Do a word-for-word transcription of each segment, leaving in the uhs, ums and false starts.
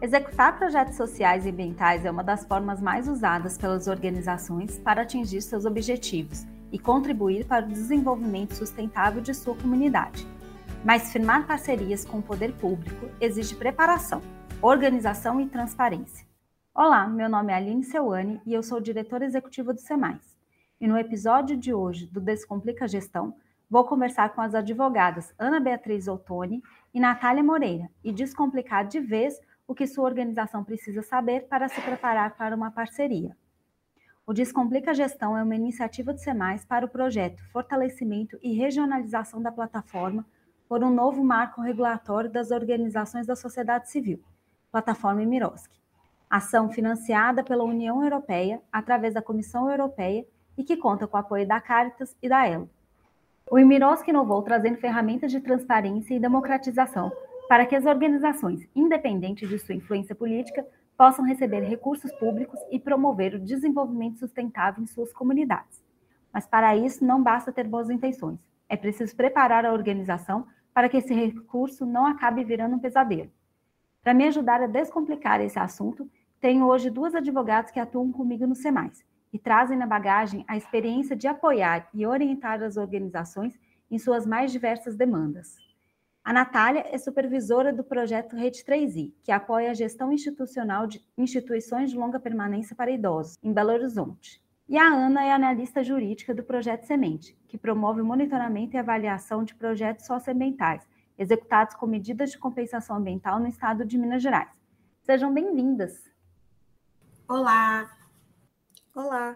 Executar projetos sociais e ambientais é uma das formas mais usadas pelas organizações para atingir seus objetivos e contribuir para o desenvolvimento sustentável de sua comunidade. Mas firmar parcerias com o poder público exige preparação, organização e transparência. Olá, meu nome é Aline Seuane e eu sou diretora executiva do SEMAIS. E no episódio de hoje do Descomplica Gestão, vou conversar com as advogadas Ana Beatriz Ottoni e Natália Moreira e descomplicar de vez o que sua organização precisa saber para se preparar para uma parceria. O Descomplica Gestão é uma iniciativa do SEMAIS para o projeto Fortalecimento e Regionalização da Plataforma por um novo marco regulatório das organizações da sociedade civil, Plataforma Miroski. Ação financiada pela União Europeia através da Comissão Europeia e que conta com o apoio da Caritas e da Elo. O Miroski inovou trazendo ferramentas de transparência e democratização para que as organizações, independentes de sua influência política, possam receber recursos públicos e promover o desenvolvimento sustentável em suas comunidades. Mas para isso não basta ter boas intenções, é preciso preparar a organização para que esse recurso não acabe virando um pesadelo. Para me ajudar a descomplicar esse assunto, tenho hoje duas advogadas que atuam comigo no SEMAIS e trazem na bagagem a experiência de apoiar e orientar as organizações em suas mais diversas demandas. A Natália é supervisora do projeto Rede três i, que apoia a gestão institucional de instituições de longa permanência para idosos, em Belo Horizonte. E a Ana é analista jurídica do projeto Semente, que promove o monitoramento e avaliação de projetos socioambientais, executados com medidas de compensação ambiental no estado de Minas Gerais. Sejam bem-vindas. Olá. Olá.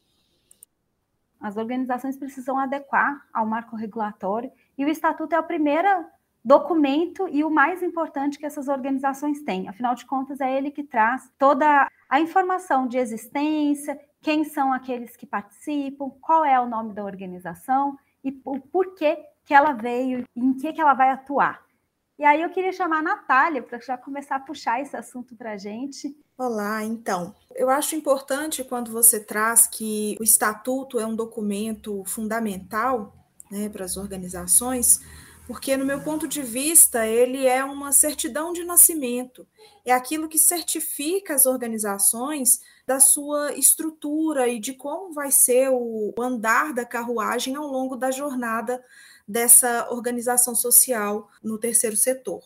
As organizações precisam adequar ao marco regulatório e o Estatuto é o primeiro documento e o mais importante que essas organizações têm. Afinal de contas, é ele que traz toda a informação de existência, quem são aqueles que participam, qual é o nome da organização e o porquê que ela veio e em que, que ela vai atuar. E aí eu queria chamar a Natália para já começar a puxar esse assunto para a gente. Olá, então, eu acho importante quando você traz que o Estatuto é um documento fundamental, né, para as organizações, porque, no meu ponto de vista, ele é uma certidão de nascimento, é aquilo que certifica as organizações da sua estrutura e de como vai ser o andar da carruagem ao longo da jornada dessa organização social no terceiro setor.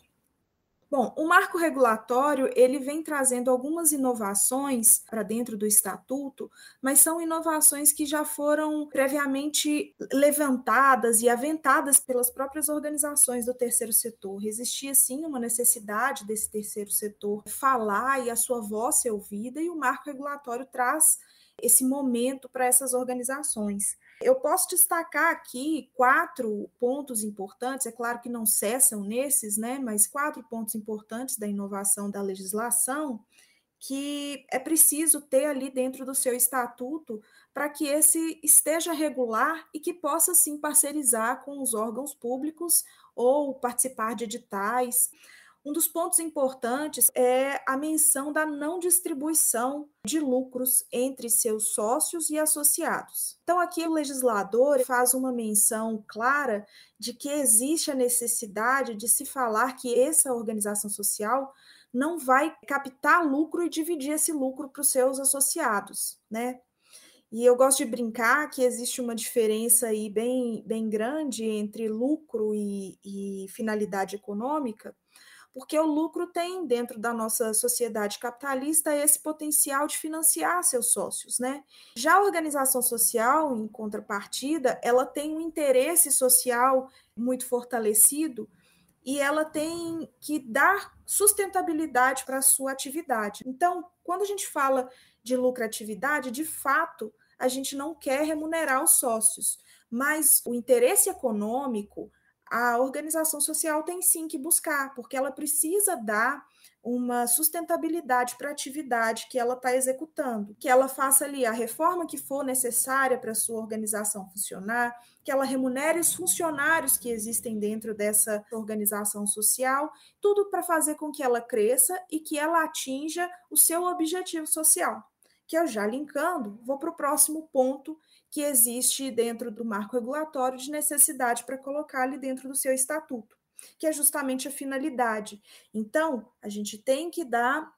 Bom, o marco regulatório ele vem trazendo algumas inovações para dentro do Estatuto, mas são inovações que já foram previamente levantadas e aventadas pelas próprias organizações do terceiro setor. Existia, sim, uma necessidade desse terceiro setor falar e a sua voz ser ouvida, e o marco regulatório traz esse momento para essas organizações. Eu posso destacar aqui quatro pontos importantes, é claro que não cessam nesses, né, mas quatro pontos importantes da inovação da legislação que é preciso ter ali dentro do seu estatuto para que esse esteja regular e que possa, sim, parcerizar com os órgãos públicos ou participar de editais. Um dos pontos importantes é a menção da não distribuição de lucros entre seus sócios e associados. Então, aqui o legislador faz uma menção clara de que existe a necessidade de se falar que essa organização social não vai captar lucro e dividir esse lucro para os seus associados, né? E eu gosto de brincar que existe uma diferença aí bem, bem grande entre lucro e, e finalidade econômica, porque o lucro tem, dentro da nossa sociedade capitalista, esse potencial de financiar seus sócios, né? Já a organização social, em contrapartida, ela tem um interesse social muito fortalecido e ela tem que dar sustentabilidade para a sua atividade. Então, quando a gente fala de lucratividade, de fato, a gente não quer remunerar os sócios, mas o interesse econômico a organização social tem sim que buscar, porque ela precisa dar uma sustentabilidade para a atividade que ela está executando, que ela faça ali a reforma que for necessária para a sua organização funcionar, que ela remunere os funcionários que existem dentro dessa organização social, tudo para fazer com que ela cresça e que ela atinja o seu objetivo social. Que eu já linkando, vou para o próximo ponto, que existe dentro do marco regulatório de necessidade para colocar ali dentro do seu estatuto. que é justamente a finalidade. Então, a gente tem que dar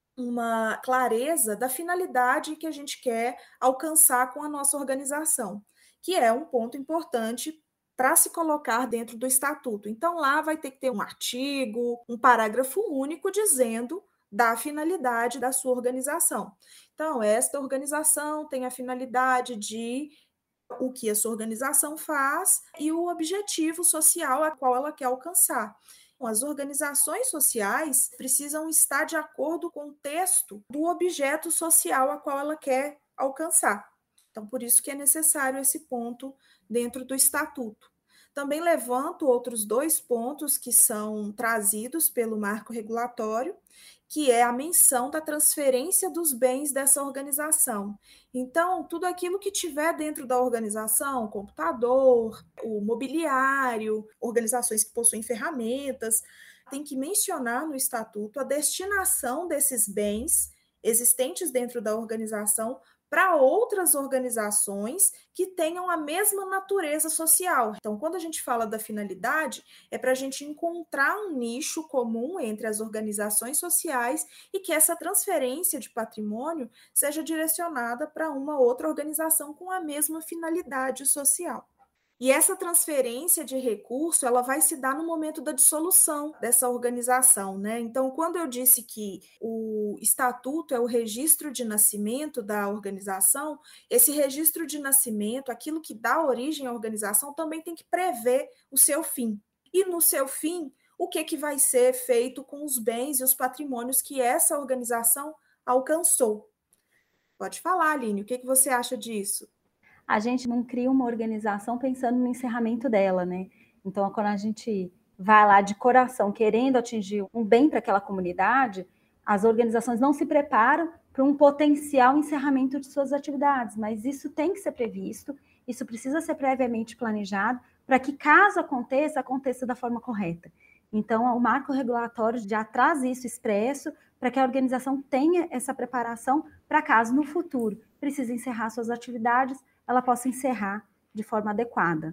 uma clareza da finalidade que a gente quer alcançar com a nossa organização, que é um ponto importante para se colocar dentro do estatuto. Então, lá vai ter que ter um artigo, um parágrafo único dizendo da finalidade da sua organização. Então, esta organização tem a finalidade de o que a sua organização faz e o objetivo social a qual ela quer alcançar. As organizações sociais precisam estar de acordo com o texto do objeto social a qual ela quer alcançar. Então, por isso que é necessário esse ponto dentro do estatuto. Também levanto outros dois pontos que são trazidos pelo marco regulatório, que é a menção da transferência dos bens dessa organização. Então, tudo aquilo que tiver dentro da organização, computador, o mobiliário, organizações que possuem ferramentas, tem que mencionar no estatuto a destinação desses bens existentes dentro da organização para outras organizações que tenham a mesma natureza social. Então, quando a gente fala da finalidade, é para a gente encontrar um nicho comum entre as organizações sociais e que essa transferência de patrimônio seja direcionada para uma outra organização com a mesma finalidade social. E essa transferência de recurso, ela vai se dar no momento da dissolução dessa organização, né? Então, quando eu disse que o estatuto é o registro de nascimento da organização, esse registro de nascimento, aquilo que dá origem à organização, também tem que prever o seu fim. E no seu fim, o que, que vai ser feito com os bens e os patrimônios que essa organização alcançou? Pode falar, Aline, o que, que você acha disso? A gente não cria uma organização pensando no encerramento dela, né? Então, quando a gente vai lá de coração querendo atingir um bem para aquela comunidade, as organizações não se preparam para um potencial encerramento de suas atividades, mas isso tem que ser previsto, isso precisa ser previamente planejado para que, caso aconteça, aconteça da forma correta. Então, o marco regulatório já traz isso expresso para que a organização tenha essa preparação para caso no futuro precise encerrar suas atividades, ela possa encerrar de forma adequada.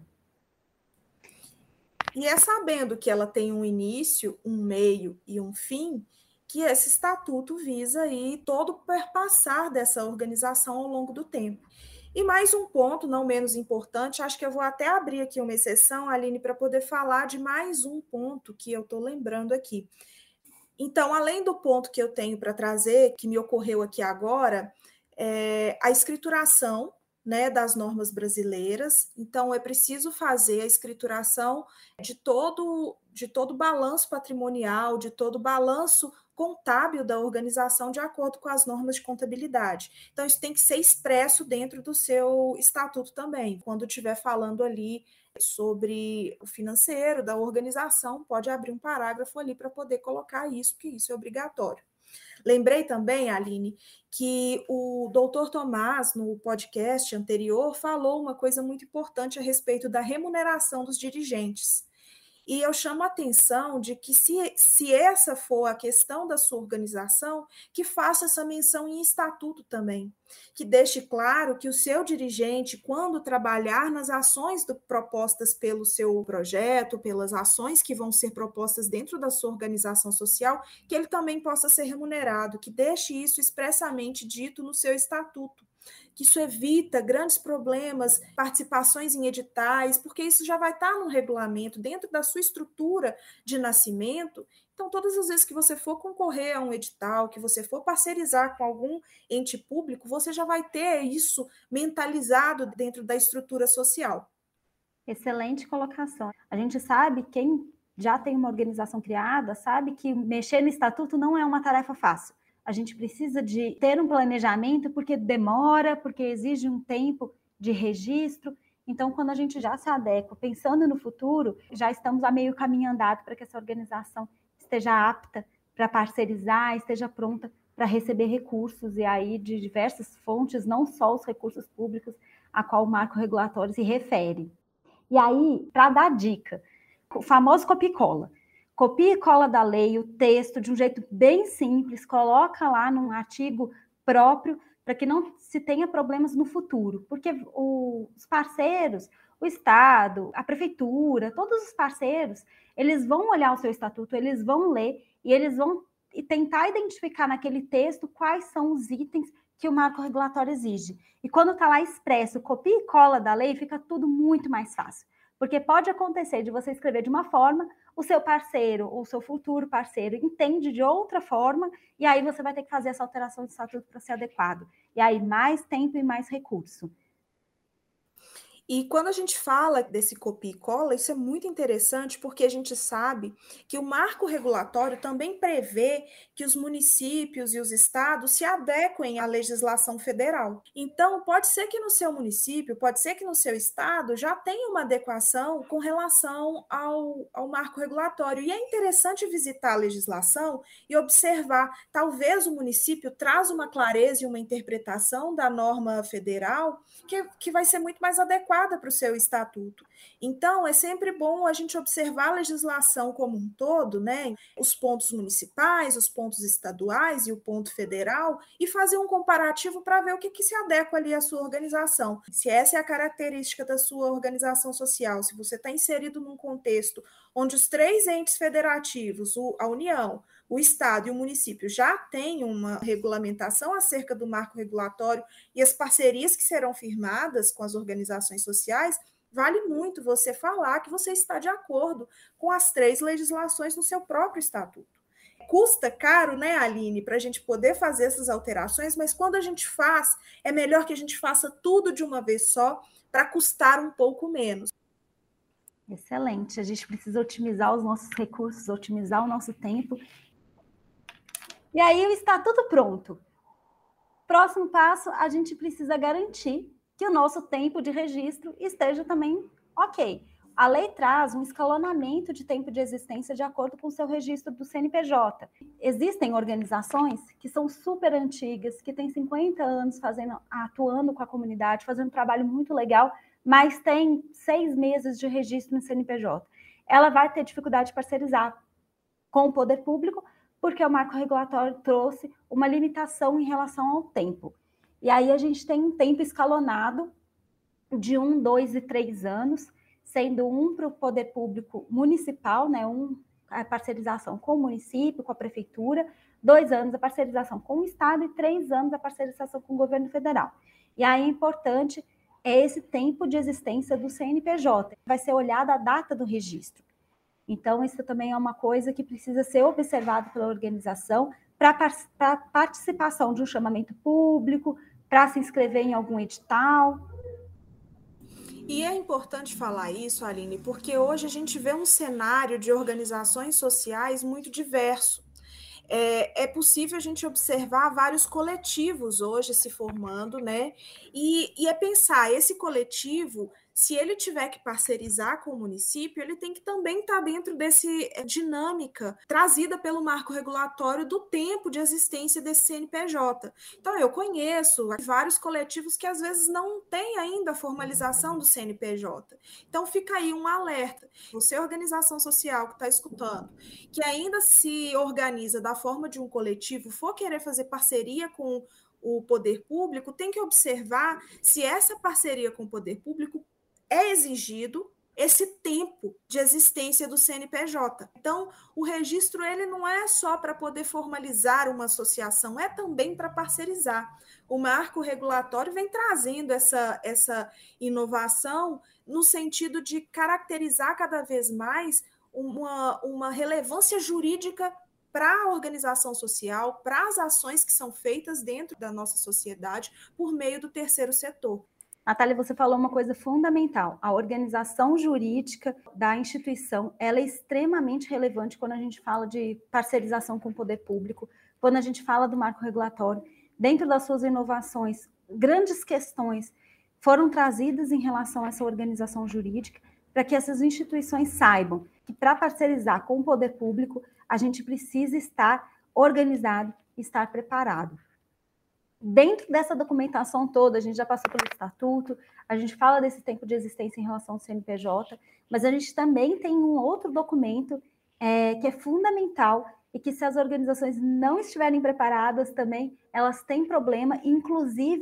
E é sabendo que ela tem um início, um meio e um fim, que esse estatuto visa aí todo o perpassar dessa organização ao longo do tempo. E mais um ponto, não menos importante, acho que eu vou até abrir aqui uma exceção, Aline, para poder falar de mais um ponto que eu estou lembrando aqui. Então, além do ponto que eu tenho para trazer, que me ocorreu aqui agora, é a escrituração, né, das normas brasileiras. Então, é preciso fazer a escrituração de todo de todo balanço patrimonial, de todo balanço contábil da organização de acordo com as normas de contabilidade. Então, isso tem que ser expresso dentro do seu estatuto também. Quando estiver falando ali sobre o financeiro da organização, pode abrir um parágrafo ali para poder colocar isso, porque isso é obrigatório. Lembrei também, Aline, que o doutor Tomás, no podcast anterior, falou uma coisa muito importante a respeito da remuneração dos dirigentes. E eu chamo a atenção de que, se, se essa for a questão da sua organização, que faça essa menção em estatuto também, que deixe claro que o seu dirigente, quando trabalhar nas ações do, propostas pelo seu projeto, pelas ações que vão ser propostas dentro da sua organização social, que ele também possa ser remunerado, que deixe isso expressamente dito no seu estatuto, que isso evita grandes problemas, participações em editais, porque isso já vai estar no regulamento, dentro da sua estrutura de nascimento. Então, todas as vezes que você for concorrer a um edital, que você for parcerizar com algum ente público, você já vai ter isso mentalizado dentro da estrutura social. Excelente colocação. A gente sabe, quem já tem uma organização criada, sabe que mexer no estatuto não é uma tarefa fácil. A gente precisa de ter um planejamento, porque demora, porque exige um tempo de registro. Então, quando a gente já se adequa, pensando no futuro, já estamos a meio caminho andado para que essa organização esteja apta para parcerizar, esteja pronta para receber recursos, e aí de diversas fontes, não só os recursos públicos a qual o marco regulatório se refere. E aí, para dar dica, o famoso copia e cola. Copia e cola da lei o texto de um jeito bem simples, coloca lá num artigo próprio para que não se tenha problemas no futuro, porque os parceiros o Estado, a Prefeitura, todos os parceiros, eles vão olhar o seu estatuto, eles vão ler e eles vão tentar identificar naquele texto quais são os itens que o marco regulatório exige. E quando está lá expresso, copia e cola da lei, fica tudo muito mais fácil. Porque pode acontecer de você escrever de uma forma, o seu parceiro ou o seu futuro parceiro entende de outra forma, e aí você vai ter que fazer essa alteração de estatuto para ser adequado. E aí mais tempo e mais recurso. E quando a gente fala desse copia e cola, isso é muito interessante porque a gente sabe que o marco regulatório também prevê que os municípios e os estados se adequem à legislação federal. Então, pode ser que no seu município, pode ser que no seu estado já tenha uma adequação com relação ao, ao marco regulatório. E é interessante visitar a legislação e observar, talvez o município traz uma clareza e uma interpretação da norma federal que, que vai ser muito mais adequada para o seu estatuto. Então, é sempre bom a gente observar a legislação como um todo, né? Os pontos municipais, os pontos estaduais e o ponto federal, e fazer um comparativo para ver o que, que se adequa ali à sua organização. Se essa é a característica da sua organização social, se você está inserido num contexto onde os três entes federativos, a União, o Estado e o município já têm uma regulamentação acerca do marco regulatório e as parcerias que serão firmadas com as organizações sociais, vale muito você falar que você está de acordo com as três legislações no seu próprio estatuto. Custa caro, né, Aline, para a gente poder fazer essas alterações, mas quando a gente faz, é melhor que a gente faça tudo de uma vez só para custar um pouco menos. Excelente. A gente precisa otimizar os nossos recursos, otimizar o nosso tempo. E aí, o estatuto pronto. Próximo passo, a gente precisa garantir que o nosso tempo de registro esteja também ok. A lei traz um escalonamento de tempo de existência de acordo com o seu registro do C N P J. Existem organizações que são super antigas, que têm cinquenta anos fazendo, atuando com a comunidade, fazendo um trabalho muito legal, mas tem seis meses de registro no C N P J. Ela vai ter dificuldade de parcerizar com o poder público, porque o marco regulatório trouxe uma limitação em relação ao tempo. E aí a gente tem um tempo escalonado de um, dois e três anos, sendo um para o poder público municipal, né, um, a parcerização com o município, com a prefeitura, dois anos a parcerização com o Estado e três anos a parcerização com o governo federal. E aí é importante é esse tempo de existência do C N P J. Vai ser olhada a data do registro. Então, isso também é uma coisa que precisa ser observado pela organização para a participação de um chamamento público, para se inscrever em algum edital. E é importante falar isso, Aline, porque hoje a gente vê um cenário de organizações sociais muito diverso. É, é possível a gente observar vários coletivos hoje se formando, né? E, e é pensar, esse coletivo, se ele tiver que parcerizar com o município, ele tem que também estar dentro dessa dinâmica trazida pelo marco regulatório do tempo de existência desse C N P J. Então, eu conheço vários coletivos que às vezes não têm ainda a formalização do C N P J. Então, fica aí um alerta. Você, organização social que está escutando, que ainda se organiza da forma de um coletivo, for querer fazer parceria com o poder público, tem que observar se essa parceria com o poder público é exigido esse tempo de existência do C N P J. Então, o registro ele não é só para poder formalizar uma associação, é também para parcerizar. O marco regulatório vem trazendo essa, essa inovação no sentido de caracterizar cada vez mais uma, uma relevância jurídica para a organização social, para as ações que são feitas dentro da nossa sociedade por meio do terceiro setor. Natália, você falou uma coisa fundamental. A organização jurídica da instituição, ela é extremamente relevante quando a gente fala de parcerização com o poder público, quando a gente fala do marco regulatório. Dentro das suas inovações, grandes questões foram trazidas em relação a essa organização jurídica para que essas instituições saibam que para parcerizar com o poder público, a gente precisa estar organizado e estar preparado. Dentro dessa documentação toda, a gente já passou pelo estatuto, a gente fala desse tempo de existência em relação ao C N P J, mas a gente também tem um outro documento é, que é fundamental e que se as organizações não estiverem preparadas também, elas têm problema, inclusive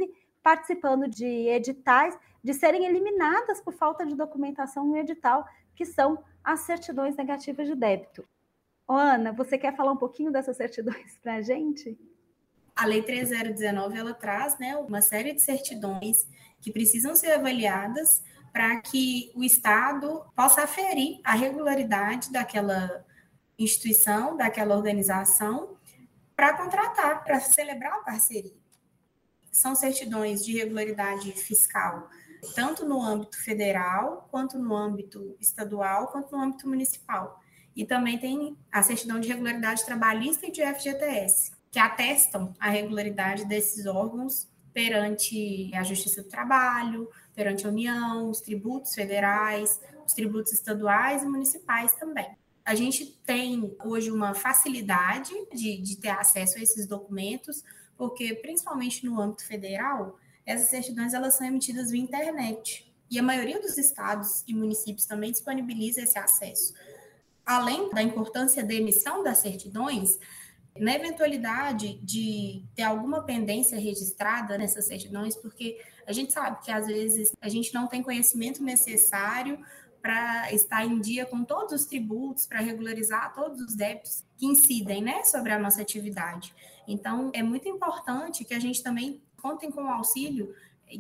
participando de editais, de serem eliminadas por falta de documentação no edital, que são as certidões negativas de débito. Ô, Ana, você quer falar um pouquinho dessas certidões para a gente? A Lei três mil e dezenove, ela traz, né, uma série de certidões que precisam ser avaliadas para que o Estado possa aferir a regularidade daquela instituição, daquela organização, para contratar, para celebrar a parceria. São certidões de regularidade fiscal, tanto no âmbito federal, quanto no âmbito estadual, quanto no âmbito municipal. E também tem a certidão de regularidade trabalhista e de F G T S, que atestam a regularidade desses órgãos perante a Justiça do Trabalho, perante a União, os tributos federais, os tributos estaduais e municipais também. A gente tem hoje uma facilidade de, de ter acesso a esses documentos, porque, principalmente no âmbito federal, essas certidões elas são emitidas via internet. E a maioria dos estados e municípios também disponibiliza esse acesso. Além da importância da emissão das certidões, na eventualidade de ter alguma pendência registrada nessas certidões, porque a gente sabe que, às vezes, a gente não tem conhecimento necessário para estar em dia com todos os tributos, para regularizar todos os débitos que incidem, né, sobre a nossa atividade. Então, é muito importante que a gente também contem com o auxílio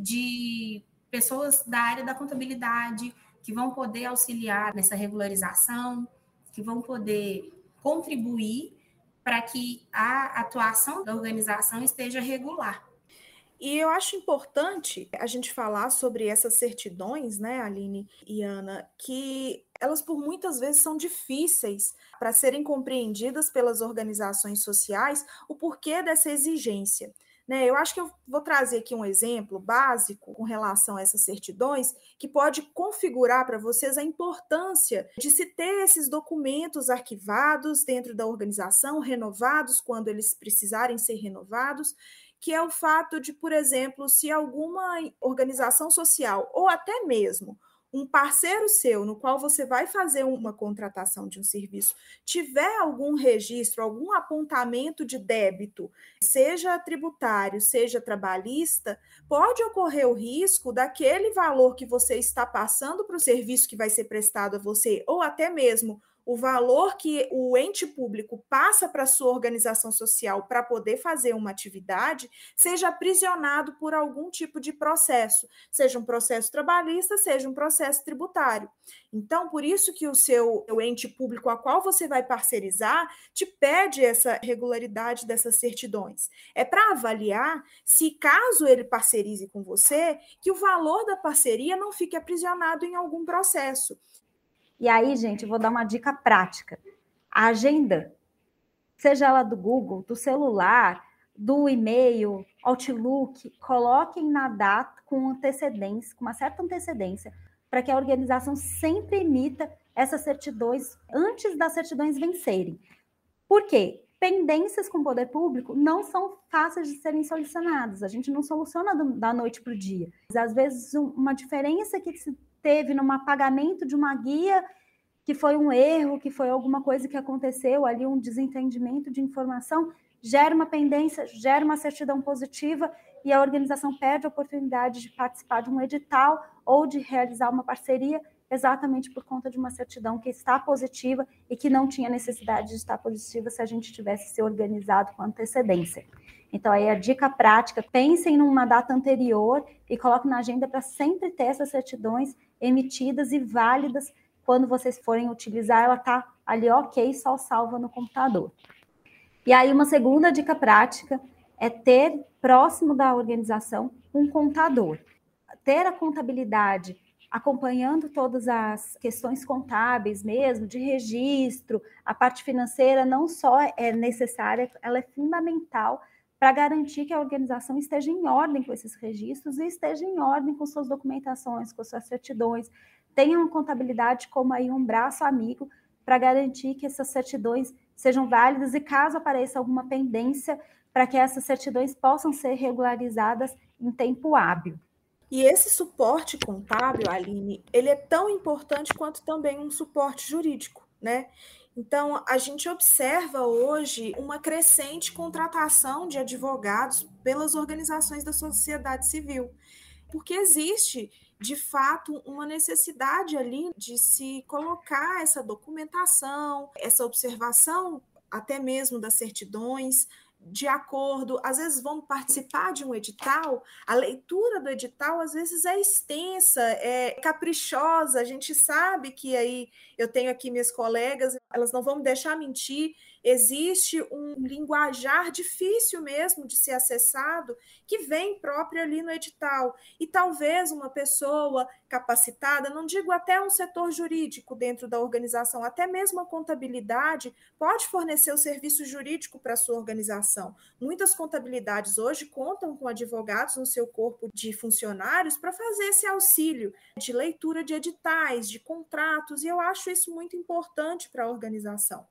de pessoas da área da contabilidade, que vão poder auxiliar nessa regularização, que vão poder contribuir para que a atuação da organização esteja regular. E eu acho importante a gente falar sobre essas certidões, né, Aline e Ana, que elas por muitas vezes são difíceis para serem compreendidas pelas organizações sociais, o porquê dessa exigência. Né, eu acho que eu vou trazer aqui um exemplo básico com relação a essas certidões que pode configurar para vocês a importância de se ter esses documentos arquivados dentro da organização, renovados quando eles precisarem ser renovados, que é o fato de, por exemplo, se alguma organização social ou até mesmo um parceiro seu, no qual você vai fazer uma contratação de um serviço, tiver algum registro, algum apontamento de débito, seja tributário, seja trabalhista, pode ocorrer o risco daquele valor que você está passando para o serviço que vai ser prestado a você, ou até mesmo o valor que o ente público passa para a sua organização social para poder fazer uma atividade, seja aprisionado por algum tipo de processo, seja um processo trabalhista, seja um processo tributário. Então, por isso que o seu o ente público a qual você vai parcerizar te pede essa regularidade dessas certidões. É para avaliar se, caso ele parcerize com você, que o valor da parceria não fique aprisionado em algum processo. E aí, gente, eu vou dar uma dica prática. A agenda, seja ela do Google, do celular, do e-mail, Outlook, coloquem na data com antecedência, com uma certa antecedência, para que a organização sempre emita essas certidões antes das certidões vencerem. Por quê? Pendências com o poder público não são fáceis de serem solucionadas. A gente não soluciona do, da noite para o dia. Às vezes, uma diferença que se teve num apagamento de uma guia, que foi um erro, que foi alguma coisa que aconteceu ali, um desentendimento de informação, gera uma pendência, gera uma certidão positiva e a organização perde a oportunidade de participar de um edital ou de realizar uma parceria exatamente por conta de uma certidão que está positiva e que não tinha necessidade de estar positiva se a gente tivesse se organizado com antecedência. Então, aí a dica prática, pensem numa data anterior e coloquem na agenda para sempre ter essas certidões emitidas e válidas. Quando vocês forem utilizar, ela está ali ok, só salva no computador. E aí, uma segunda dica prática é ter próximo da organização um contador. Ter a contabilidade acompanhando todas as questões contábeis mesmo, de registro, a parte financeira não só é necessária, ela é fundamental para garantir que a organização esteja em ordem com esses registros e esteja em ordem com suas documentações, com suas certidões. Tenha uma contabilidade como aí um braço amigo para garantir que essas certidões sejam válidas e caso apareça alguma pendência, para que essas certidões possam ser regularizadas em tempo hábil. E esse suporte contábil, Aline, ele é tão importante quanto também um suporte jurídico, né? Então, a gente observa hoje uma crescente contratação de advogados pelas organizações da sociedade civil, porque existe, de fato, uma necessidade ali de se colocar essa documentação, essa observação, até mesmo das certidões, de acordo, às vezes vamos participar de um edital, a leitura do edital às vezes é extensa, é caprichosa, a gente sabe que aí, eu tenho aqui minhas colegas, elas não vão me deixar mentir, existe um linguajar difícil mesmo de ser acessado, que vem próprio ali no edital, e talvez uma pessoa capacitada, não digo até um setor jurídico dentro da organização, até mesmo a contabilidade pode fornecer o serviço jurídico para a sua organização. Muitas contabilidades hoje contam com advogados no seu corpo de funcionários para fazer esse auxílio de leitura de editais, de contratos, e eu acho isso muito importante para a organização.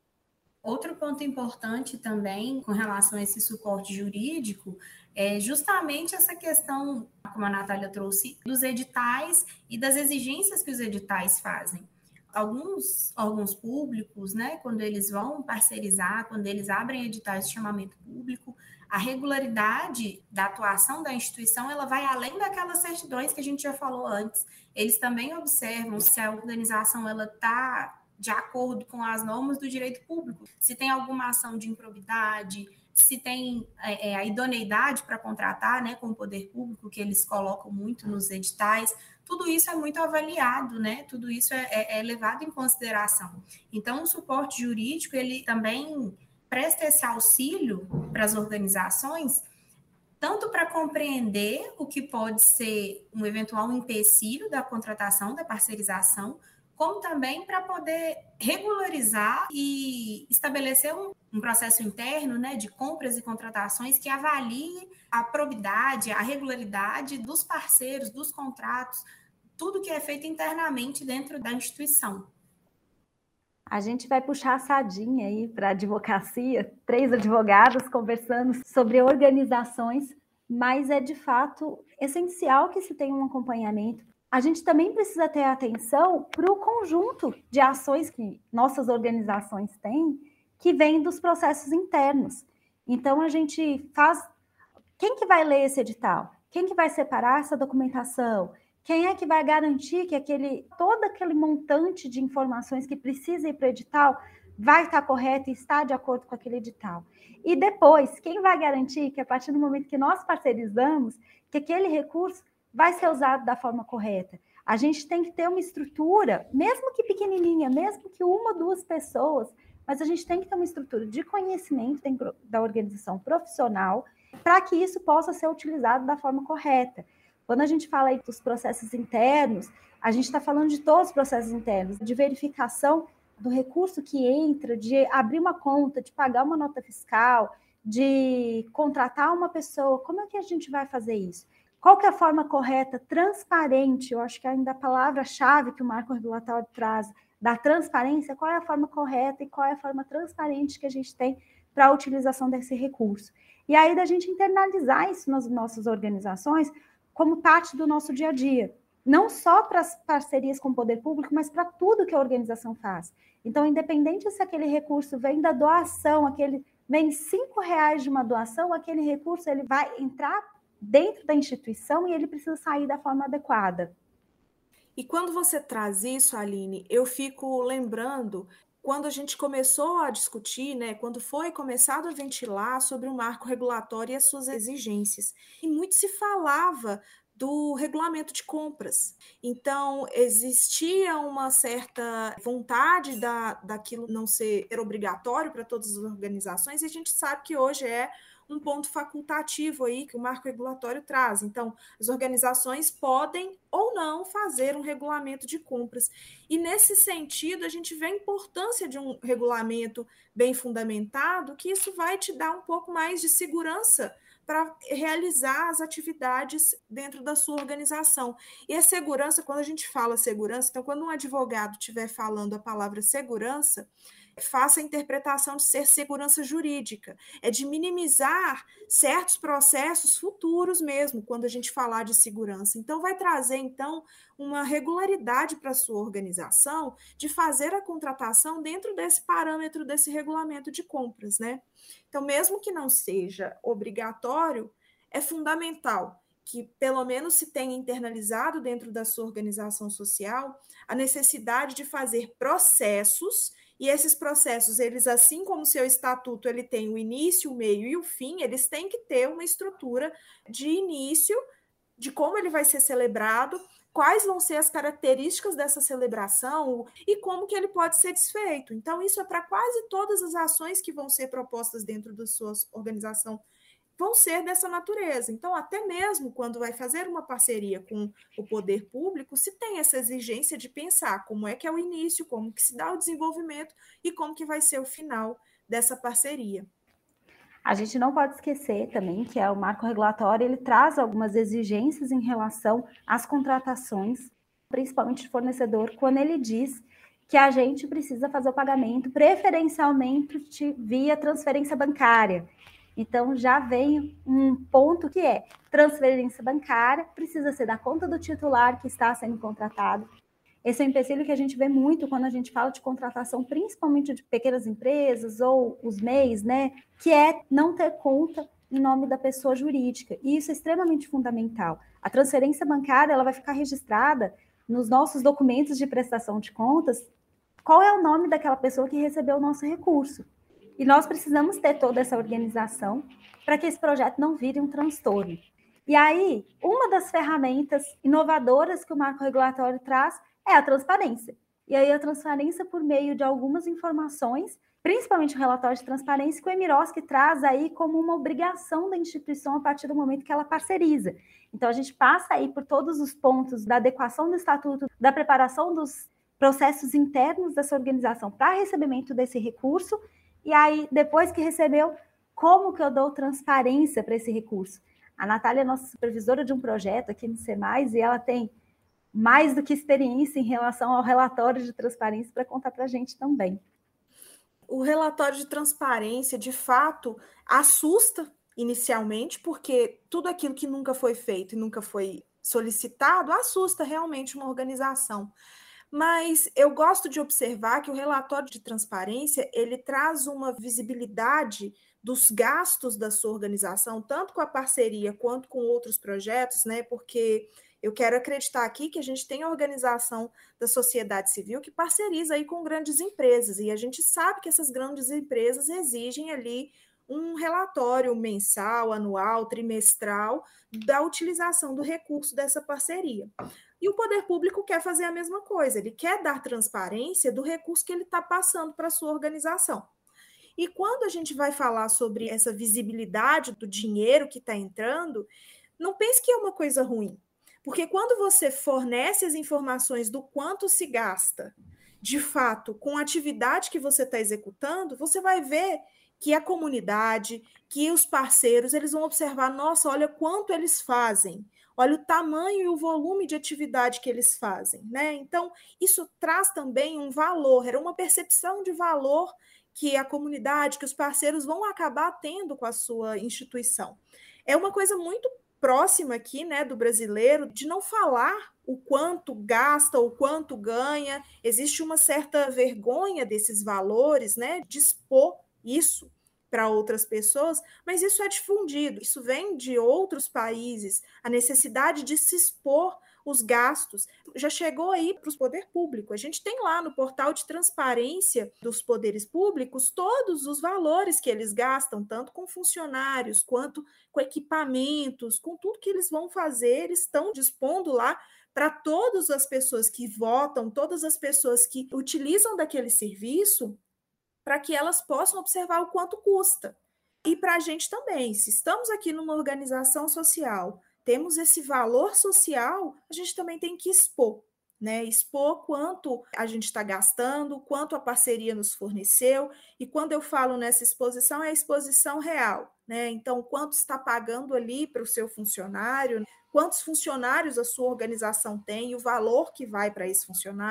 Outro ponto importante também com relação a esse suporte jurídico é justamente essa questão, como a Natália trouxe, dos editais e das exigências que os editais fazem. Alguns órgãos públicos, né, quando eles vão parceirizar, quando eles abrem editais de chamamento público, a regularidade da atuação da instituição, ela vai além daquelas certidões que a gente já falou antes. Eles também observam se a organização ela está de acordo com as normas do direito público, se tem alguma ação de improbidade, se tem é, a idoneidade para contratar, né, com o poder público, que eles colocam muito nos editais, tudo isso é muito avaliado, né, tudo isso é, é, é levado em consideração. Então, o suporte jurídico, ele também presta esse auxílio para as organizações, tanto para compreender o que pode ser um eventual empecilho da contratação, da parceirização, como também para poder regularizar e estabelecer um, um processo interno, né, de compras e contratações que avalie a probidade, a regularidade dos parceiros, dos contratos, tudo que é feito internamente dentro da instituição. A gente vai puxar a sardinha aí para a advocacia, três advogados conversando sobre organizações, mas é de fato essencial que se tenha um acompanhamento. A gente também precisa ter atenção para o conjunto de ações que nossas organizações têm, que vem dos processos internos. Então, a gente faz... Quem que vai ler esse edital? Quem que vai separar essa documentação? Quem é que vai garantir que aquele, todo aquele montante de informações que precisa ir para o edital vai estar correto e está de acordo com aquele edital? E depois, quem vai garantir que a partir do momento que nós parceirizamos, que aquele recurso vai ser usado da forma correta? A gente tem que ter uma estrutura, mesmo que pequenininha, mesmo que uma ou duas pessoas, mas a gente tem que ter uma estrutura de conhecimento dentro da organização profissional para que isso possa ser utilizado da forma correta. Quando a gente fala aí dos processos internos, a gente está falando de todos os processos internos, de verificação do recurso que entra, de abrir uma conta, de pagar uma nota fiscal, de contratar uma pessoa. Como é que a gente vai fazer isso? Qual que é a forma correta, transparente? Eu acho que ainda a palavra-chave que o marco regulatório traz, da transparência, qual é a forma correta e qual é a forma transparente que a gente tem para a utilização desse recurso. E aí da gente internalizar isso nas nossas organizações como parte do nosso dia a dia. Não só para as parcerias com o poder público, mas para tudo que a organização faz. Então, independente se aquele recurso vem da doação, aquele vem cinco reais de uma doação, aquele recurso ele vai entrar dentro da instituição e ele precisa sair da forma adequada. E quando você traz isso, Aline, eu fico lembrando quando a gente começou a discutir, né, quando foi começado a ventilar sobre o marco regulatório e as suas exigências. E muito se falava do regulamento de compras. Então, existia uma certa vontade da, daquilo não ser obrigatório para todas as organizações, e a gente sabe que hoje é um ponto facultativo aí que o marco regulatório traz. Então, as organizações podem ou não fazer um regulamento de compras. E, nesse sentido, a gente vê a importância de um regulamento bem fundamentado, que isso vai te dar um pouco mais de segurança para realizar as atividades dentro da sua organização. E a segurança, quando a gente fala segurança, então, quando um advogado estiver falando a palavra segurança, faça a interpretação de ser segurança jurídica, é de minimizar certos processos futuros mesmo, quando a gente falar de segurança. Então, vai trazer, então, uma regularidade para a sua organização de fazer a contratação dentro desse parâmetro, desse regulamento de compras, né? Então, mesmo que não seja obrigatório, é fundamental que pelo menos se tenha internalizado dentro da sua organização social a necessidade de fazer processos, e esses processos, eles, assim como o seu estatuto, ele tem o início, o meio e o fim, eles têm que ter uma estrutura de início, de como ele vai ser celebrado, quais vão ser as características dessa celebração e como que ele pode ser desfeito. Então, isso é para quase todas as ações que vão ser propostas dentro da sua organização, vão ser dessa natureza. Então, até mesmo quando vai fazer uma parceria com o poder público, se tem essa exigência de pensar como é que é o início, como que se dá o desenvolvimento e como que vai ser o final dessa parceria. A gente não pode esquecer também que é o marco regulatório, ele traz algumas exigências em relação às contratações, principalmente de fornecedor, quando ele diz que a gente precisa fazer o pagamento preferencialmente via transferência bancária. Então, já vem um ponto que é transferência bancária, precisa ser da conta do titular que está sendo contratado. Esse é um empecilho que a gente vê muito quando a gente fala de contratação, principalmente de pequenas empresas ou os M E Is, né? Que é não ter conta em nome da pessoa jurídica. E isso é extremamente fundamental. A transferência bancária, ela vai ficar registrada nos nossos documentos de prestação de contas, qual é o nome daquela pessoa que recebeu o nosso recurso. E nós precisamos ter toda essa organização para que esse projeto não vire um transtorno. E aí, uma das ferramentas inovadoras que o marco regulatório traz é a transparência. E aí, a transparência por meio de algumas informações, principalmente o relatório de transparência, que o Emiroski traz aí como uma obrigação da instituição a partir do momento que ela parceriza. Então, a gente passa aí por todos os pontos da adequação do estatuto, da preparação dos processos internos dessa organização para recebimento desse recurso. E aí, depois que recebeu, como que eu dou transparência para esse recurso? A Natália é nossa supervisora de um projeto aqui no SEMAIS e ela tem mais do que experiência em relação ao relatório de transparência para contar para a gente também. O relatório de transparência, de fato, assusta inicialmente, porque tudo aquilo que nunca foi feito e nunca foi solicitado assusta realmente uma organização. Mas eu gosto de observar que o relatório de transparência, ele traz uma visibilidade dos gastos da sua organização, tanto com a parceria quanto com outros projetos, né? Porque eu quero acreditar aqui que a gente tem a organização da sociedade civil que parceriza aí com grandes empresas, e a gente sabe que essas grandes empresas exigem ali um relatório mensal, anual, trimestral da utilização do recurso dessa parceria. E o poder público quer fazer a mesma coisa, ele quer dar transparência do recurso que ele está passando para a sua organização. E quando a gente vai falar sobre essa visibilidade do dinheiro que está entrando, não pense que é uma coisa ruim, porque quando você fornece as informações do quanto se gasta, de fato, com a atividade que você está executando, você vai ver que a comunidade, que os parceiros, eles vão observar, nossa, olha quanto eles fazem, olha o tamanho e o volume de atividade que eles fazem, né? Então, isso traz também um valor, era uma percepção de valor que a comunidade, que os parceiros vão acabar tendo com a sua instituição. É uma coisa muito próxima aqui, né, do brasileiro, de não falar o quanto gasta, o quanto ganha, existe uma certa vergonha desses valores, né, de expor isso para outras pessoas, mas isso é difundido, isso vem de outros países, a necessidade de se expor os gastos, já chegou aí para o poder público. A gente tem lá no portal de transparência dos poderes públicos todos os valores que eles gastam, tanto com funcionários, quanto com equipamentos, com tudo que eles vão fazer, eles estão dispondo lá para todas as pessoas que votam, todas as pessoas que utilizam daquele serviço, para que elas possam observar o quanto custa. E para a gente também, se estamos aqui numa organização social, temos esse valor social, a gente também tem que expor, né? Expor quanto a gente está gastando, quanto a parceria nos forneceu, e quando eu falo nessa exposição, é a exposição real, né? Então, quanto está pagando ali para o seu funcionário, quantos funcionários a sua organização tem, o valor que vai para esse funcionário,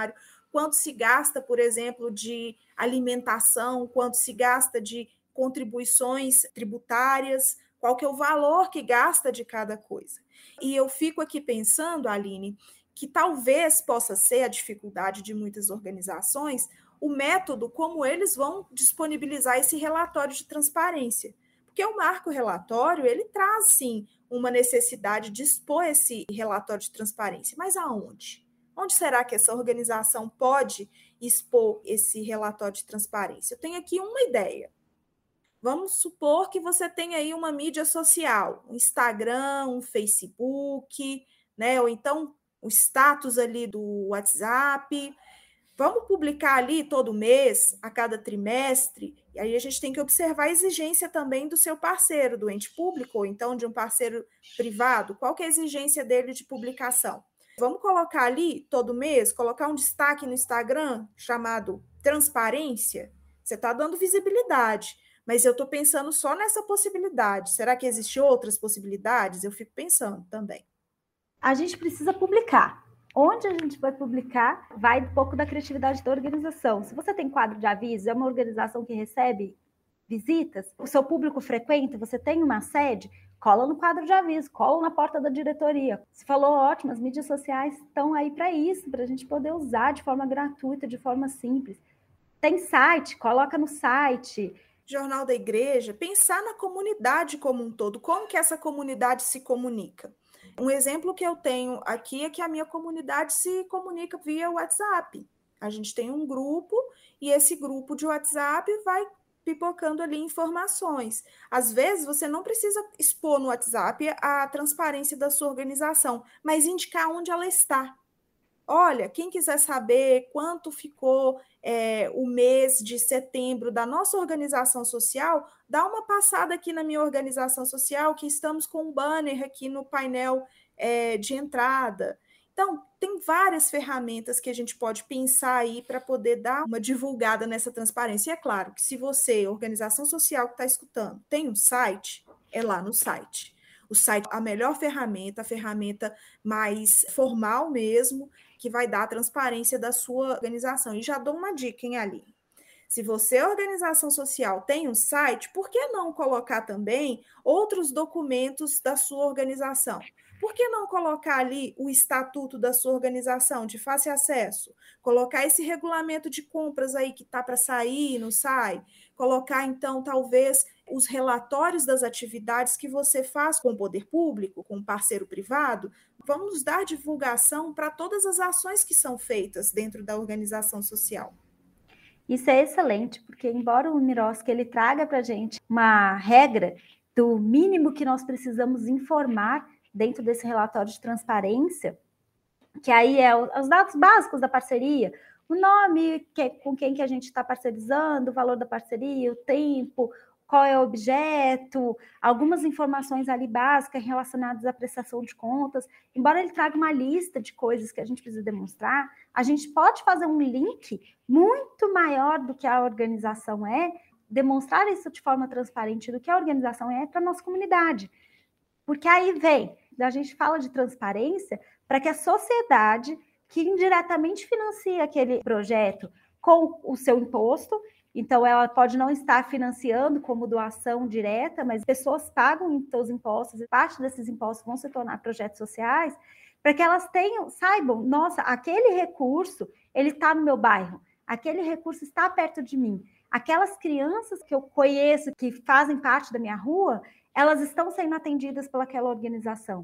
quanto se gasta, por exemplo, de alimentação, quanto se gasta de contribuições tributárias, qual que é o valor que gasta de cada coisa. E eu fico aqui pensando, Aline, que talvez possa ser a dificuldade de muitas organizações, o método como eles vão disponibilizar esse relatório de transparência. Porque o marco relatório, ele traz, sim, uma necessidade de expor esse relatório de transparência. Mas aonde? Onde será que essa organização pode expor esse relatório de transparência? Eu tenho aqui uma ideia. Vamos supor que você tem aí uma mídia social, um Instagram, um Facebook, né? Ou então o status ali do WhatsApp. Vamos publicar ali todo mês, a cada trimestre, e aí a gente tem que observar a exigência também do seu parceiro, do ente público, ou então de um parceiro privado. Qual que é a exigência dele de publicação? Vamos colocar ali todo mês, colocar um destaque no Instagram chamado transparência? Você está dando visibilidade. Mas eu estou pensando só nessa possibilidade. Será que existem outras possibilidades? Eu fico pensando também. A gente precisa publicar. Onde a gente vai publicar vai um pouco da criatividade da organização. Se você tem quadro de aviso, é uma organização que recebe visitas, o seu público frequenta, você tem uma sede, cola no quadro de aviso, cola na porta da diretoria. Você falou, ótimo, as mídias sociais estão aí para isso, para a gente poder usar de forma gratuita, de forma simples. Tem site, coloca no site. Jornal da Igreja, pensar na comunidade como um todo, como que essa comunidade se comunica. Um exemplo que eu tenho aqui é que a minha comunidade se comunica via WhatsApp. A gente tem um grupo e esse grupo de WhatsApp vai pipocando ali informações. Às vezes, você não precisa expor no WhatsApp a transparência da sua organização, mas indicar onde ela está. Olha, quem quiser saber quanto ficou é, o mês de setembro da nossa organização social, dá uma passada aqui na minha organização social, que estamos com um banner aqui no painel é, de entrada. Então, tem várias ferramentas que a gente pode pensar aí para poder dar uma divulgada nessa transparência. E é claro que se você, organização social que está escutando, tem um site, é lá no site. O site é a melhor ferramenta, a ferramenta mais formal mesmo, que vai dar a transparência da sua organização. E já dou uma dica, hein, Aline? Se você, organização social, tem um site, por que não colocar também outros documentos da sua organização? Por que não colocar ali o estatuto da sua organização de fácil acesso? Colocar esse regulamento de compras aí que está para sair, não sai? Colocar, então, talvez, os relatórios das atividades que você faz com o poder público, com o parceiro privado? Vamos dar divulgação para todas as ações que são feitas dentro da organização social. Isso é excelente, porque embora o Miroski ele traga para a gente uma regra do mínimo que nós precisamos informar dentro desse relatório de transparência, que aí é os dados básicos da parceria, o nome, que, com quem que a gente está parcerizando, o valor da parceria, o tempo, qual é o objeto, algumas informações ali básicas relacionadas à prestação de contas. Embora ele traga uma lista de coisas que a gente precisa demonstrar, a gente pode fazer um link muito maior do que a organização é, demonstrar isso de forma transparente do que a organização é para a nossa comunidade. Porque aí vem, a gente fala de transparência para que a sociedade, que indiretamente financia aquele projeto com o seu imposto, então ela pode não estar financiando como doação direta, mas pessoas pagam seus impostos e parte desses impostos vão se tornar projetos sociais, para que elas tenham, saibam, nossa, aquele recurso, ele está no meu bairro, aquele recurso está perto de mim, aquelas crianças que eu conheço, que fazem parte da minha rua, elas estão sendo atendidas pelaquela organização.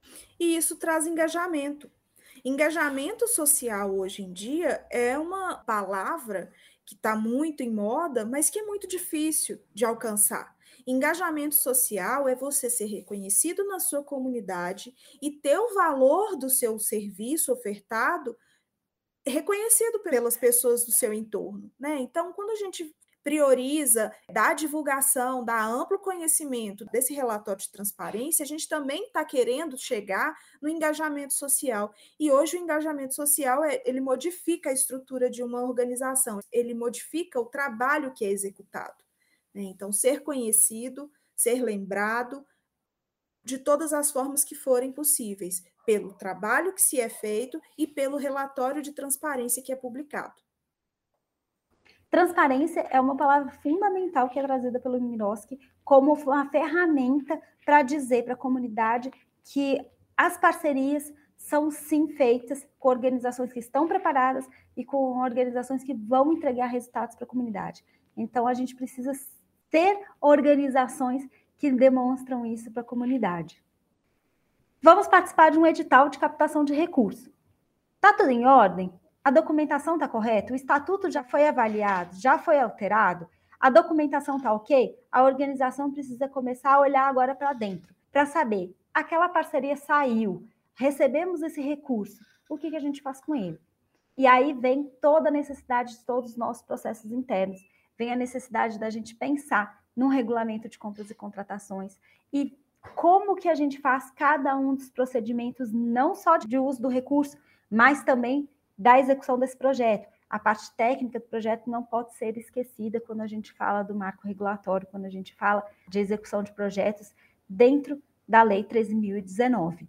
E isso traz engajamento. Engajamento social hoje em dia é uma palavra que está muito em moda, mas que é muito difícil de alcançar. Engajamento social é você ser reconhecido na sua comunidade e ter o valor do seu serviço ofertado reconhecido pelas pessoas do seu entorno, né? Então, quando a gente prioriza, dá divulgação, dá amplo conhecimento desse relatório de transparência, a gente também está querendo chegar no engajamento social. E hoje o engajamento social, é, ele modifica a estrutura de uma organização, ele modifica o trabalho que é executado. Né? Então, ser conhecido, ser lembrado, de todas as formas que forem possíveis, pelo trabalho que se é feito e pelo relatório de transparência que é publicado. Transparência é uma palavra fundamental que é trazida pelo Miroski como uma ferramenta para dizer para a comunidade que as parcerias são sim feitas com organizações que estão preparadas e com organizações que vão entregar resultados para a comunidade. Então, a gente precisa ter organizações que demonstram isso para a comunidade. Vamos participar de um edital de captação de recursos. Está tudo em ordem? A documentação está correta? O estatuto já foi avaliado? Já foi alterado? A documentação está ok? A organização precisa começar a olhar agora para dentro, para saber, aquela parceria saiu, recebemos esse recurso, o que, que a gente faz com ele? E aí vem toda a necessidade de todos os nossos processos internos, vem a necessidade da gente pensar num regulamento de compras e contratações e como que a gente faz cada um dos procedimentos, não só de uso do recurso, mas também da execução desse projeto. A parte técnica do projeto não pode ser esquecida quando a gente fala do marco regulatório, quando a gente fala de execução de projetos dentro da Lei treze mil e dezenove.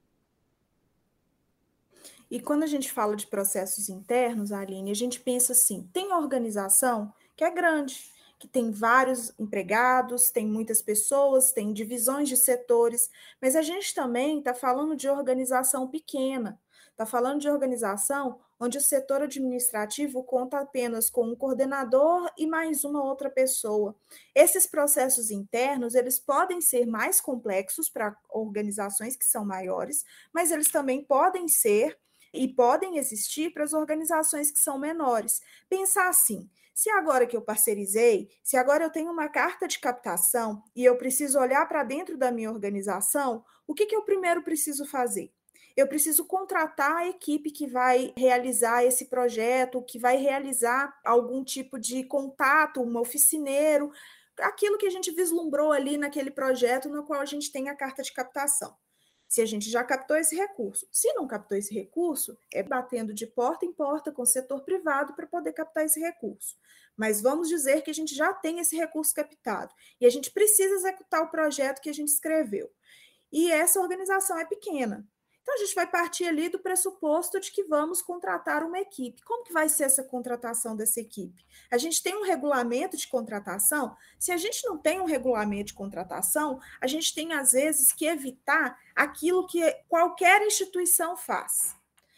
E quando a gente fala de processos internos, Aline, a gente pensa assim, tem organização que é grande, que tem vários empregados, tem muitas pessoas, tem divisões de setores, mas a gente também está falando de organização pequena, está falando de organização onde o setor administrativo conta apenas com um coordenador e mais uma outra pessoa. Esses processos internos, eles podem ser mais complexos para organizações que são maiores, mas eles também podem ser e podem existir para as organizações que são menores. Pensar assim, se agora que eu parceirizei, se agora eu tenho uma carta de captação e eu preciso olhar para dentro da minha organização, o que, que eu primeiro preciso fazer? Eu preciso contratar a equipe que vai realizar esse projeto, que vai realizar algum tipo de contato, um oficineiro, aquilo que a gente vislumbrou ali naquele projeto no qual a gente tem a carta de captação. Se a gente já captou esse recurso. Se não captou esse recurso, é batendo de porta em porta com o setor privado para poder captar esse recurso. Mas vamos dizer que a gente já tem esse recurso captado e a gente precisa executar o projeto que a gente escreveu. E essa organização é pequena. Então, a gente vai partir ali do pressuposto de que vamos contratar uma equipe. Como que vai ser essa contratação dessa equipe? A gente tem um regulamento de contratação? Se a gente não tem um regulamento de contratação, a gente tem, às vezes, que evitar aquilo que qualquer instituição faz.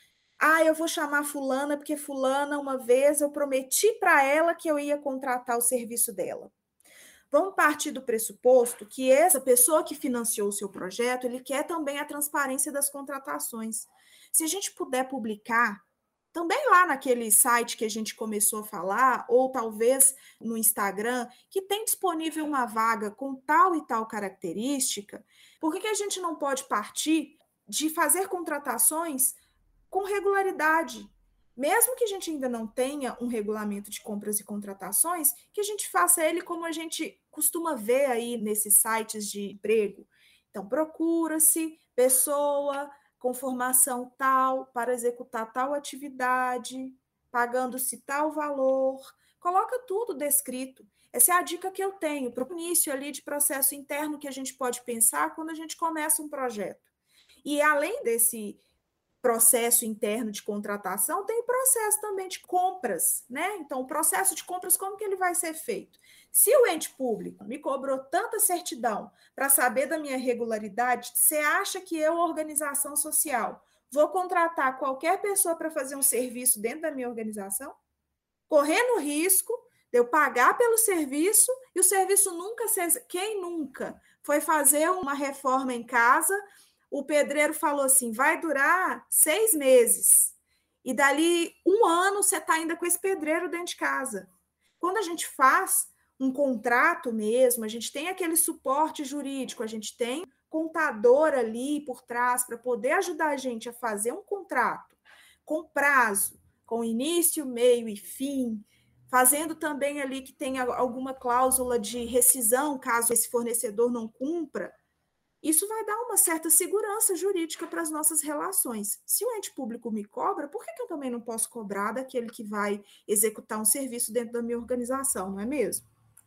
Ah, eu vou chamar fulana, porque fulana, uma vez, eu prometi para ela que eu ia contratar o serviço dela. Vamos partir do pressuposto que essa pessoa que financiou o seu projeto, ele quer também a transparência das contratações. Se a gente puder publicar, também lá naquele site que a gente começou a falar, ou talvez no Instagram, que tem disponível uma vaga com tal e tal característica, por que que a gente não pode partir de fazer contratações com regularidade? Mesmo que a gente ainda não tenha um regulamento de compras e contratações, que a gente faça ele como a gente costuma ver aí nesses sites de emprego. Então, procura-se pessoa com formação tal para executar tal atividade, pagando-se tal valor. Coloca tudo descrito. Essa é a dica que eu tenho para o início ali de processo interno que a gente pode pensar quando a gente começa um projeto. E além desse processo interno de contratação, tem o processo também de compras, né? Então, o processo de compras, como que ele vai ser feito? Se o ente público me cobrou tanta certidão para saber da minha regularidade, você acha que eu, organização social, vou contratar qualquer pessoa para fazer um serviço dentro da minha organização? Correndo o risco de eu pagar pelo serviço e o serviço nunca ser... Quem nunca foi fazer uma reforma em casa? O pedreiro falou assim, vai durar seis meses. E dali um ano você está ainda com esse pedreiro dentro de casa. Quando a gente faz um contrato mesmo, a gente tem aquele suporte jurídico, a gente tem contador ali por trás para poder ajudar a gente a fazer um contrato com prazo, com início, meio e fim, fazendo também ali que tenha alguma cláusula de rescisão, caso esse fornecedor não cumpra. Isso vai dar uma certa segurança jurídica para as nossas relações. Se o ente público me cobra, por que que eu também não posso cobrar daquele que vai executar um serviço dentro da minha organização, não é mesmo?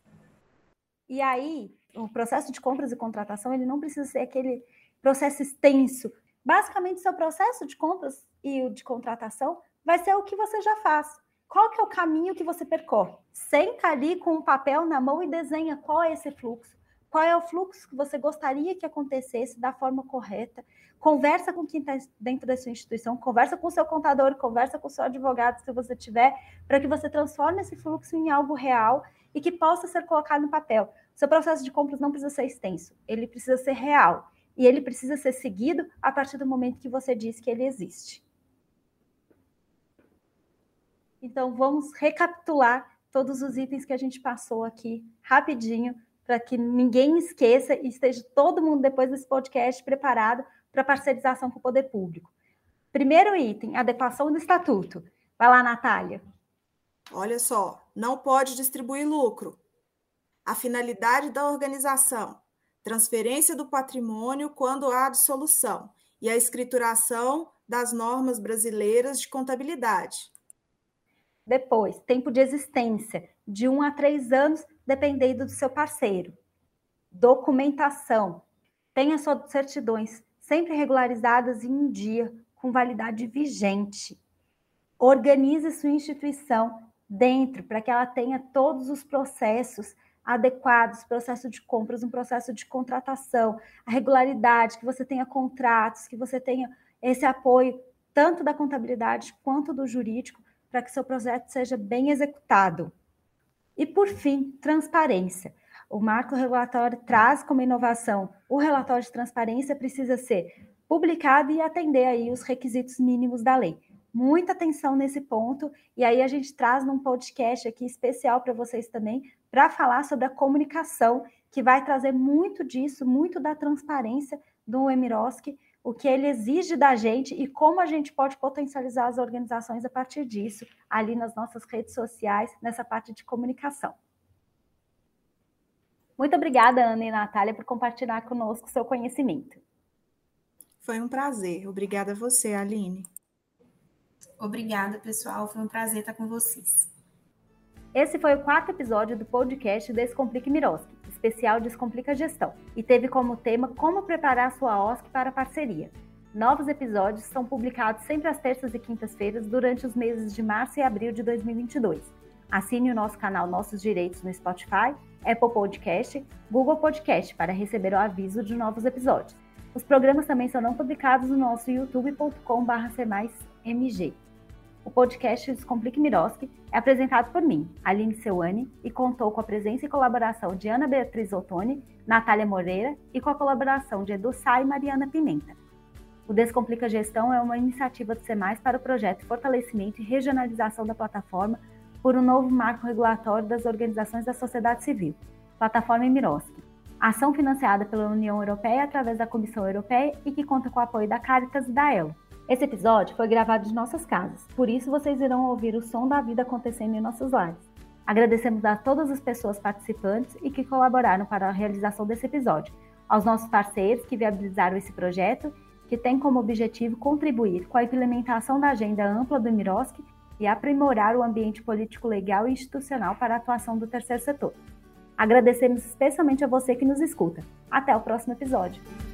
E aí, o processo de compras e contratação, ele não precisa ser aquele processo extenso, Basicamente, seu processo de compras e o de contratação vai ser o que você já faz. Qual que é o caminho que você percorre? Senta ali com um papel na mão e desenha qual é esse fluxo. Qual é o fluxo que você gostaria que acontecesse da forma correta? Conversa com quem está dentro da sua instituição, conversa com o seu contador, conversa com o seu advogado, se você tiver, para que você transforme esse fluxo em algo real e que possa ser colocado no papel. O seu processo de compras não precisa ser extenso, ele precisa ser real. E ele precisa ser seguido a partir do momento que você diz que ele existe. Então, vamos recapitular todos os itens que a gente passou aqui rapidinho, para que ninguém esqueça e esteja todo mundo, depois desse podcast, preparado para a parcerização com o poder público. Primeiro item, adequação do estatuto. Vai lá, Natália. Olha só, não pode distribuir lucro. A finalidade da organização. Transferência do patrimônio quando há dissolução. E a escrituração das normas brasileiras de contabilidade. Depois, tempo de existência, de um a três anos, dependendo do seu parceiro. Documentação. Tenha suas certidões sempre regularizadas em um dia, com validade vigente. Organize sua instituição dentro, para que ela tenha todos os processos adequados, processo de compras, um processo de contratação, a regularidade, que você tenha contratos, que você tenha esse apoio, tanto da contabilidade quanto do jurídico, para que seu projeto seja bem executado. E, por fim, transparência. O marco regulatório traz como inovação o relatório de transparência precisa ser publicado e atender aí os requisitos mínimos da lei. Muita atenção nesse ponto, e aí a gente traz num podcast aqui especial para vocês também, para falar sobre a comunicação, que vai trazer muito disso, muito da transparência do Emiroski, o que ele exige da gente e como a gente pode potencializar as organizações a partir disso, ali nas nossas redes sociais, nessa parte de comunicação. Muito obrigada, Ana e Natália, por compartilhar conosco o seu conhecimento. Foi um prazer. Obrigada a você, Aline. Obrigada, pessoal. Foi um prazer estar com vocês. Esse foi o quarto episódio do podcast Descomplique Emiroski, especial Descomplica Gestão, e teve como tema como preparar sua O S C para a parceria. Novos episódios são publicados sempre às terças e quintas-feiras durante os meses de março e abril de dois mil e vinte e dois. Assine o nosso canal Nossos Direitos no Spotify, Apple Podcast, Google Podcast para receber o aviso de novos episódios. Os programas também serão publicados no nosso youtube ponto com barra c mais m g. O podcast Descomplique Emiroski é apresentado por mim, Aline Seuane, e contou com a presença e colaboração de Ana Beatriz Ottoni, Natália Moreira e com a colaboração de Edu Sá e Mariana Pimenta. O Descomplica Gestão é uma iniciativa do C mais para o projeto Fortalecimento e Regionalização da Plataforma por um novo marco regulatório das organizações da sociedade civil, Plataforma Emiroski. Ação financiada pela União Europeia através da Comissão Europeia e que conta com o apoio da Caritas e da Elo. Esse episódio foi gravado de nossas casas, por isso vocês irão ouvir o som da vida acontecendo em nossos lares. Agradecemos a todas as pessoas participantes e que colaboraram para a realização desse episódio, aos nossos parceiros que viabilizaram esse projeto, que tem como objetivo contribuir com a implementação da agenda ampla do Emiroski e aprimorar o ambiente político, legal e institucional para a atuação do terceiro setor. Agradecemos especialmente a você que nos escuta. Até o próximo episódio.